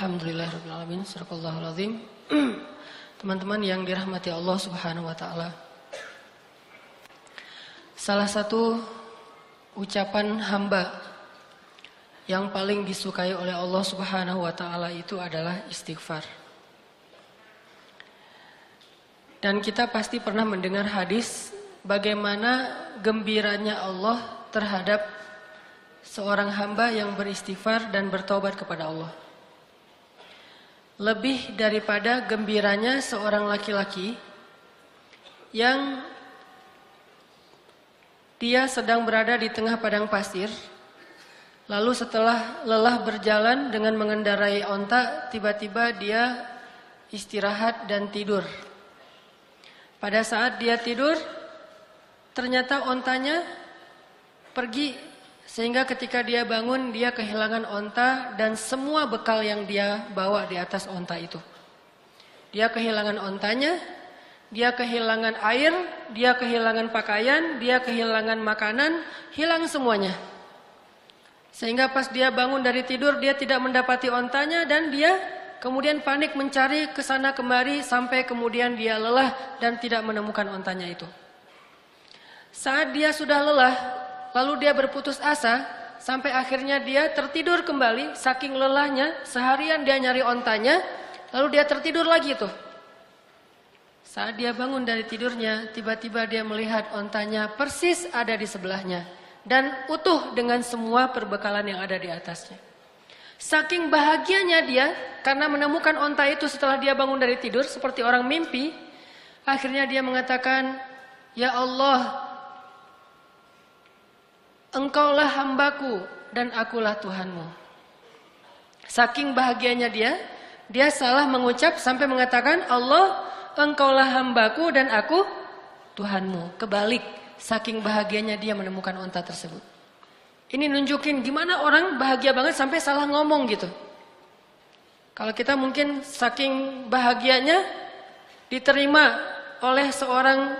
Alhamdulillahirabbil alamin. Shadaqallahul azim. Teman-teman yang dirahmati Allah Subhanahu wa taala. Salah satu ucapan hamba yang paling disukai oleh Allah Subhanahu wa taala itu adalah istighfar. Dan kita pasti pernah mendengar hadis bagaimana gembiranya Allah terhadap seorang hamba yang beristighfar dan bertobat kepada Allah. Lebih daripada gembiranya seorang laki-laki yang dia sedang berada di tengah padang pasir, lalu setelah lelah berjalan dengan mengendarai onta, tiba-tiba dia istirahat dan tidur. Pada saat dia tidur, ternyata ontanya pergi. Sehingga ketika dia bangun, dia kehilangan onta dan semua bekal yang dia bawa di atas onta itu. Dia kehilangan ontanya, dia kehilangan air, dia kehilangan pakaian, dia kehilangan makanan, hilang semuanya. Sehingga pas dia bangun dari tidur, dia tidak mendapati ontanya dan dia kemudian panik mencari ke sana kemari sampai kemudian dia lelah dan tidak menemukan ontanya itu. Saat dia sudah lelah, lalu dia berputus asa sampai akhirnya dia tertidur kembali saking lelahnya, seharian dia nyari ontanya, lalu dia tertidur lagi tuh. Saat dia bangun dari tidurnya, tiba-tiba dia melihat ontanya persis ada di sebelahnya dan utuh dengan semua perbekalan yang ada di atasnya. Saking bahagianya dia karena menemukan onta itu setelah dia bangun dari tidur seperti orang mimpi, akhirnya dia mengatakan, "Ya Allah, Engkaulah hambaku dan akulah Tuhanmu." Saking bahagianya dia salah mengucap sampai mengatakan, "Allah, Engkaulah hambaku dan aku Tuhanmu." Kebalik, saking bahagianya dia menemukan onta tersebut. Ini nunjukin gimana orang bahagia banget sampai salah ngomong gitu. Kalau kita mungkin saking bahagianya diterima oleh seorang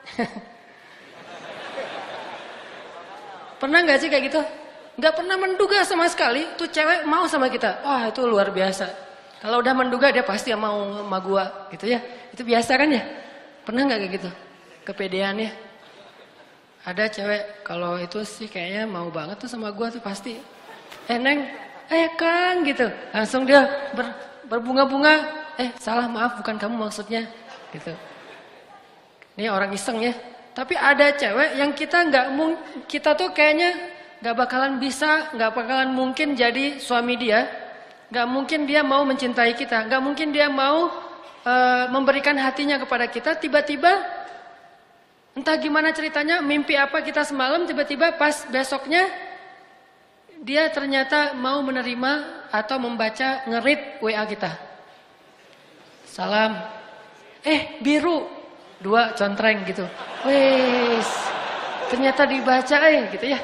pernah gak sih kayak gitu? Gak pernah menduga sama sekali tuh cewek mau sama kita. Wah, itu luar biasa. Kalau udah menduga dia pasti mau sama gua gitu ya. Itu biasa kan ya? Pernah gak kayak gitu? Kepedeannya. Ada cewek kalau itu sih kayaknya mau banget tuh sama gua tuh pasti. Neng, Kang gitu. Langsung dia berbunga-bunga. Salah, maaf, bukan kamu maksudnya gitu. Ini orang iseng ya. Tapi ada cewek yang kita tuh kayaknya nggak bakalan bisa, nggak bakalan mungkin jadi suami dia, nggak mungkin dia mau mencintai kita, nggak mungkin dia mau memberikan hatinya kepada kita. Tiba-tiba entah gimana ceritanya, mimpi apa kita semalam, tiba-tiba pas besoknya dia ternyata mau menerima atau membaca nge-read WA kita. Salam, biru. 2 contreng gitu. Wes, ternyata dibaca gitu ya.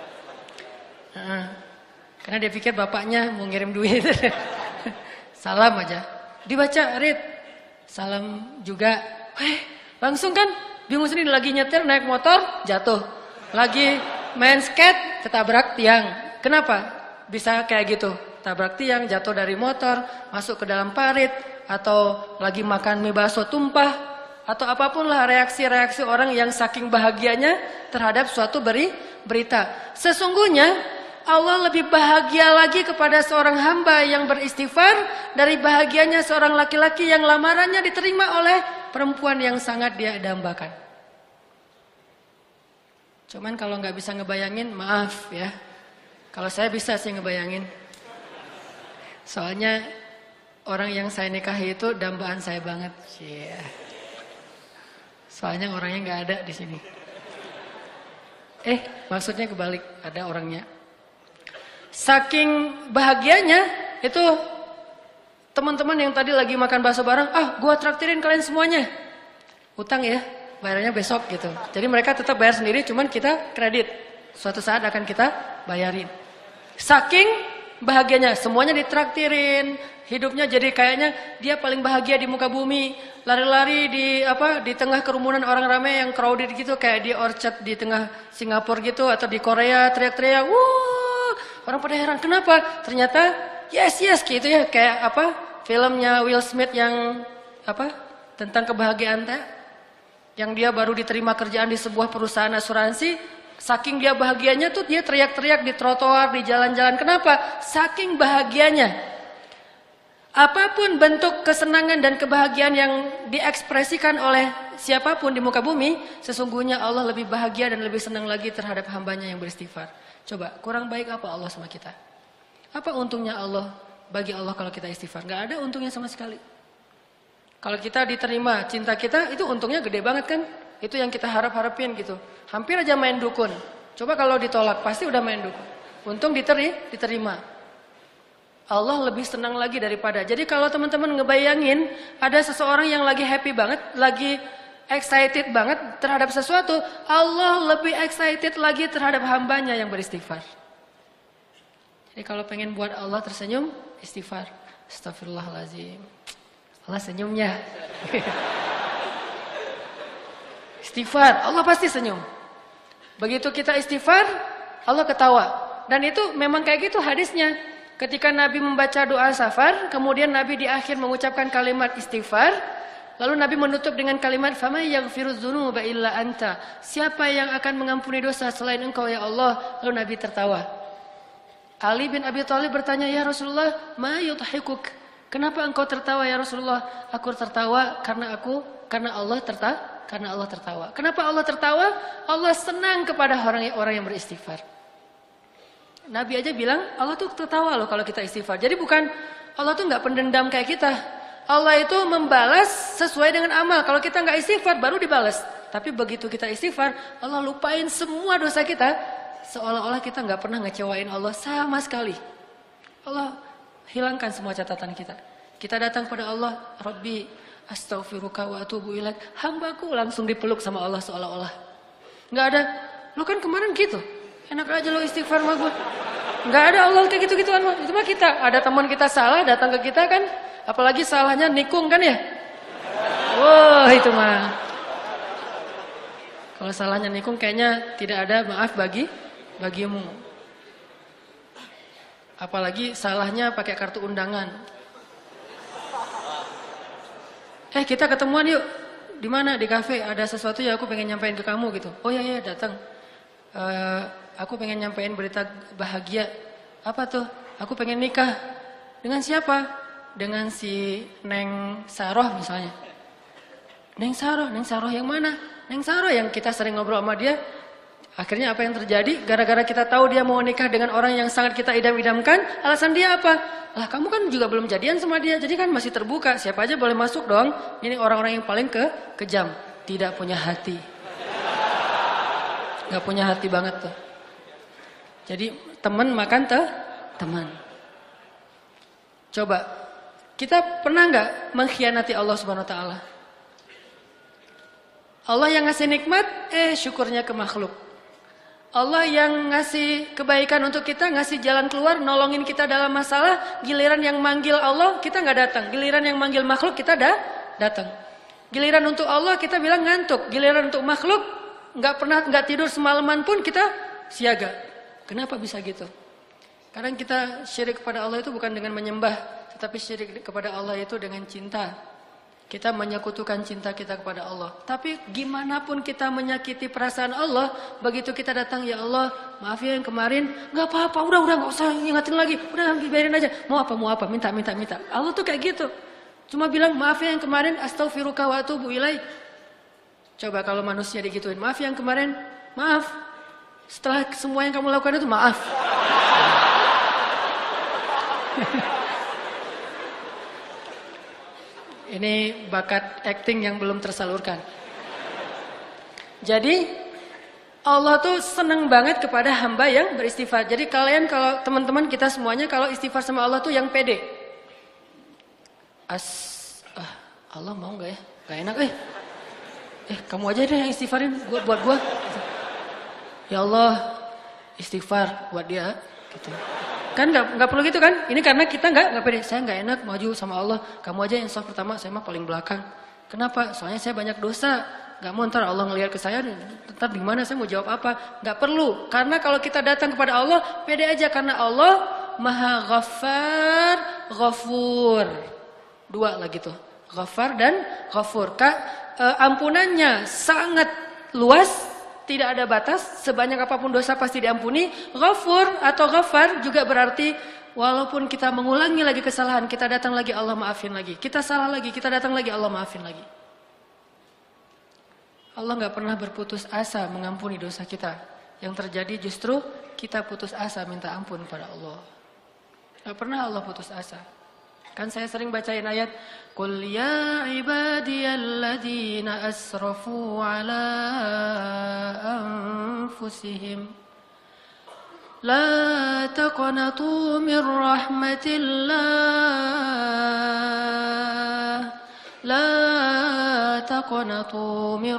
Karena dia pikir bapaknya mau ngirim duit. Salam aja. Dibaca, read. Salam juga. Langsung kan bingung sendiri, lagi nyetir naik motor jatuh. Lagi main skate ketabrak tiang. Kenapa bisa kayak gitu? Tabrak tiang, jatuh dari motor, masuk ke dalam parit, atau lagi makan mie bakso tumpah. Atau apapun lah reaksi-reaksi orang yang saking bahagianya terhadap suatu berita. Sesungguhnya Allah lebih bahagia lagi kepada seorang hamba yang beristighfar dari bahagianya seorang laki-laki yang lamarannya diterima oleh perempuan yang sangat dia dambakan. Cuman kalau nggak bisa ngebayangin, maaf ya. Kalau saya bisa sih ngebayangin. Soalnya orang yang saya nikahi itu dambaan saya banget. Soalnya orangnya nggak ada di sini. Maksudnya kebalik, ada orangnya. Saking bahagianya itu teman-teman yang tadi lagi makan bakso bareng, gua traktirin kalian semuanya. Utang ya, bayarnya besok gitu. Jadi mereka tetap bayar sendiri, cuman kita kredit. Suatu saat akan kita bayarin. Saking bahagianya, semuanya ditraktirin. Hidupnya jadi kayaknya dia paling bahagia di muka bumi. Lari-lari di tengah kerumunan orang ramai yang crowded gitu, kayak di Orchard di tengah Singapura gitu, atau di Korea teriak-teriak, "Wuh!" Orang pada heran, kenapa? Ternyata yes gitu ya, kayak apa? Filmnya Will Smith yang apa? Tentang kebahagiaan teh. Yang dia baru diterima kerjaan di sebuah perusahaan asuransi, saking dia bahagianya tuh dia teriak-teriak di trotoar, di jalan-jalan. Kenapa? Saking bahagianya. Apapun bentuk kesenangan dan kebahagiaan yang diekspresikan oleh siapapun di muka bumi, sesungguhnya Allah lebih bahagia dan lebih senang lagi terhadap hambanya yang beristighfar. Coba, kurang baik apa Allah sama kita? Apa untungnya Allah bagi Allah kalau kita istighfar? Gak ada untungnya sama sekali. Kalau kita diterima cinta kita, itu untungnya gede banget kan? Itu yang kita harapin gitu. Hampir aja main dukun. Coba kalau ditolak, pasti udah main dukun. Untung diterima. Allah lebih senang lagi daripada. Jadi kalau teman-teman ngebayangin, ada seseorang yang lagi happy banget, lagi excited banget terhadap sesuatu, Allah lebih excited lagi terhadap hambanya yang beristighfar. Jadi kalau pengen buat Allah tersenyum, istighfar. Astagfirullahaladzim. Allah senyumnya. Istighfar, Allah pasti senyum. Begitu kita istighfar, Allah ketawa. Dan itu memang kayak gitu hadisnya. Ketika Nabi membaca doa safar, kemudian Nabi di akhir mengucapkan kalimat istighfar, lalu Nabi menutup dengan kalimat faman yaghfirudz dzunuba illa anta. Siapa yang akan mengampuni dosa selain Engkau ya Allah? Lalu Nabi tertawa. Ali bin Abi Thalib bertanya, "Ya Rasulullah, ma yudhikuk?" Kenapa engkau tertawa ya Rasulullah? Aku tertawa karena Allah tertawa. Kenapa Allah tertawa? Allah senang kepada orang yang beristighfar. Nabi aja bilang Allah tuh tertawa loh kalau kita istighfar. Jadi bukan Allah tuh nggak pendendam kayak kita. Allah itu membalas sesuai dengan amal. Kalau kita nggak istighfar baru dibalas. Tapi begitu kita istighfar, Allah lupain semua dosa kita. Seolah-olah kita nggak pernah ngecewain Allah sama sekali. Allah hilangkan semua catatan kita. Kita datang pada Allah, Rabbi astaghfiruka wa atubu ilaik. Hambaku langsung dipeluk sama Allah seolah-olah. Enggak ada, lo kan kemarin gitu. Enak aja lo istighfar sama gue. Enggak ada Allah kayak gitu-gituan mah. Itu mah kita. Ada teman kita salah datang ke kita kan, apalagi salahnya nikung kan ya. Wah, itu mah. Kalau salahnya nikung kayaknya tidak ada maaf bagimu. Apalagi salahnya pakai kartu undangan. Kita ketemuan yuk. Di mana? Di kafe. Ada sesuatu yang aku pengen nyampein ke kamu gitu. Oh ya datang. Aku pengen nyampein berita bahagia. Apa tuh? Aku pengen nikah. Dengan siapa? Dengan si Neng Saroh misalnya. Neng Saroh yang mana? Neng Saroh yang kita sering ngobrol sama dia. Akhirnya apa yang terjadi? Gara-gara kita tahu dia mau nikah dengan orang yang sangat kita idam-idamkan, alasan dia apa? Lah kamu kan juga belum jadian sama dia, jadi kan masih terbuka. Siapa aja boleh masuk dong. Ini orang-orang yang paling kejam, tidak punya hati. Gak punya hati banget tuh. Jadi teman makan teman. Coba, kita pernah gak mengkhianati Allah Subhanahu Wa Taala? Allah yang ngasih nikmat, syukurnya ke makhluk. Allah yang ngasih kebaikan untuk kita, ngasih jalan keluar, nolongin kita dalam masalah, giliran yang manggil Allah kita nggak datang, giliran yang manggil makhluk kita datang. Giliran untuk Allah kita bilang ngantuk, giliran untuk makhluk nggak tidur semalaman pun kita siaga. Kenapa bisa gitu? Kadang kita syirik kepada Allah itu bukan dengan menyembah, tetapi syirik kepada Allah itu dengan cinta. Kita menyekutukan cinta kita kepada Allah. Tapi gimana pun kita menyakiti perasaan Allah, begitu kita datang, ya Allah, maaf ya yang kemarin, nggak apa-apa, udah nggak usah ingatin lagi, udah biarin aja. Mau apa, minta. Allah tuh kayak gitu. Cuma bilang maaf ya yang kemarin, astaghfiruka wa atubu ilaik. Coba kalau manusia digituin, maaf yang kemarin, maaf. Setelah semua yang kamu lakukan itu maaf. Ini bakat acting yang belum tersalurkan. Jadi Allah tuh senang banget kepada hamba yang beristighfar. Jadi kalian kalau teman-teman kita semuanya kalau istighfar sama Allah tuh yang pede. Allah mau nggak ya? Gak enak kamu aja deh yang istighfarin buat gua. Ya Allah istighfar buat dia. Gitu. Kan nggak perlu gitu kan? Ini karena kita nggak pede. Saya nggak enak maju sama Allah. Kamu aja yang soft pertama, saya mah paling belakang. Kenapa? Soalnya saya banyak dosa. Nggak mau ntar Allah ngelihat ke saya, ntar gimana saya mau jawab apa? Nggak perlu. Karena kalau kita datang kepada Allah, pede aja karena Allah Maha Ghaffar, Ghafur. Dua lagi tuh. Ghaffar dan Ghafur. Ampunannya sangat luas, tidak ada batas, sebanyak apapun dosa pasti diampuni. Ghafur atau Ghaffar juga berarti walaupun kita mengulangi lagi kesalahan, kita datang lagi Allah maafin lagi. Kita salah lagi, kita datang lagi Allah maafin lagi. Allah gak pernah berputus asa mengampuni dosa kita. Yang terjadi justru kita putus asa minta ampun pada Allah. Gak pernah Allah putus asa. Kan saya sering bacain ayat Qul ya ibadiyalladzina asrafu ala anfusihim La taqnatu min rahmatillah La taqnatu min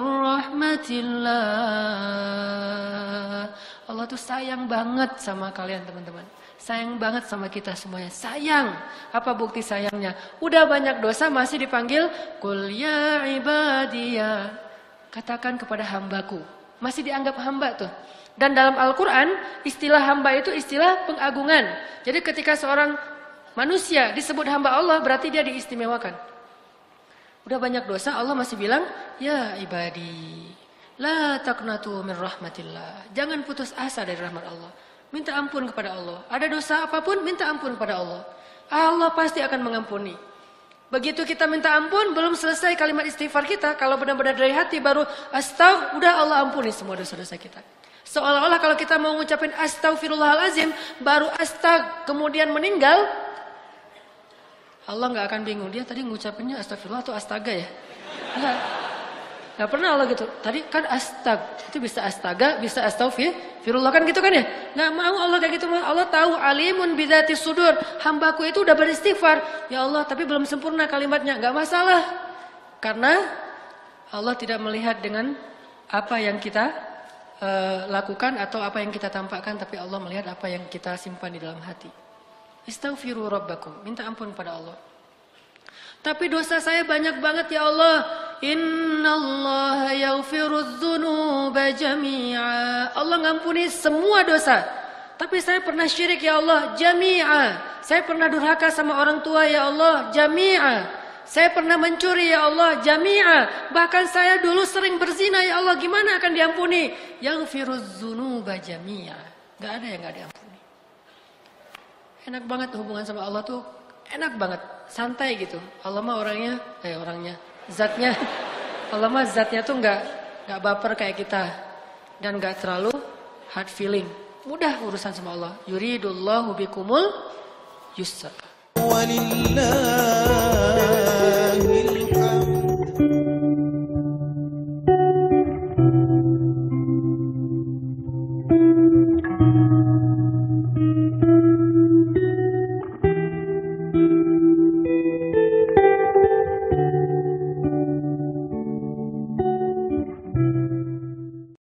rahmatillah Allah tuh sayang banget sama kalian teman-teman. Sayang banget sama kita semuanya. Sayang. Apa bukti sayangnya? Udah banyak dosa masih dipanggil Qul ya ibadiyah. Katakan kepada hambaku. Masih dianggap hamba tuh. Dan dalam Al-Quran istilah hamba itu istilah pengagungan. Jadi ketika seorang manusia disebut hamba Allah berarti dia diistimewakan. Udah banyak dosa Allah masih bilang ya ibadi. La taqnatu min rahmatillah. Jangan putus asa dari rahmat Allah. Minta ampun kepada Allah. Ada dosa apapun, minta ampun kepada Allah. Allah pasti akan mengampuni. Begitu kita minta ampun, belum selesai kalimat istighfar kita. Kalau benar-benar dari hati baru astaghfirullah, udah Allah ampuni semua dosa-dosa kita. Seolah-olah kalau kita mau ngucapin astaghfirullahalazim, baru kemudian meninggal, Allah gak akan bingung. Dia tadi ngucapinnya astagfirullah atau astaga ya? Enggak. Gak pernah Allah gitu. Tadi kan itu bisa astaga, bisa astaghfirullah kan gitu kan ya? Gak mau Allah kayak gitu. Allah tahu alimun bidzati sudur. Hambaku itu udah beristighfar. Ya Allah tapi belum sempurna kalimatnya. Gak masalah. Karena Allah tidak melihat dengan apa yang kita lakukan atau apa yang kita tampakkan. Tapi Allah melihat apa yang kita simpan di dalam hati. Istaghfiru rabbakum. Minta ampun pada Allah. Tapi dosa saya banyak banget ya Allah. Innallaha yaghfirudz dzunuba jami'a. Allah ngampuni semua dosa. Tapi saya pernah syirik ya Allah, jami'a. Saya pernah durhaka sama orang tua ya Allah, jami'a. Saya pernah mencuri ya Allah, jami'a. Bahkan saya dulu sering berzina ya Allah, gimana akan diampuni? Yaghfirudz dzunuba jami'a. Gak ada yang gak diampuni. Enak banget hubungan sama Allah tuh. Enak banget, santai gitu. Allah mah zatnya. Allah mah zatnya tuh nggak baper kayak kita dan nggak terlalu hard feeling. Mudah urusan sama Allah. Yuridullahu bikumul yusra. Walillahil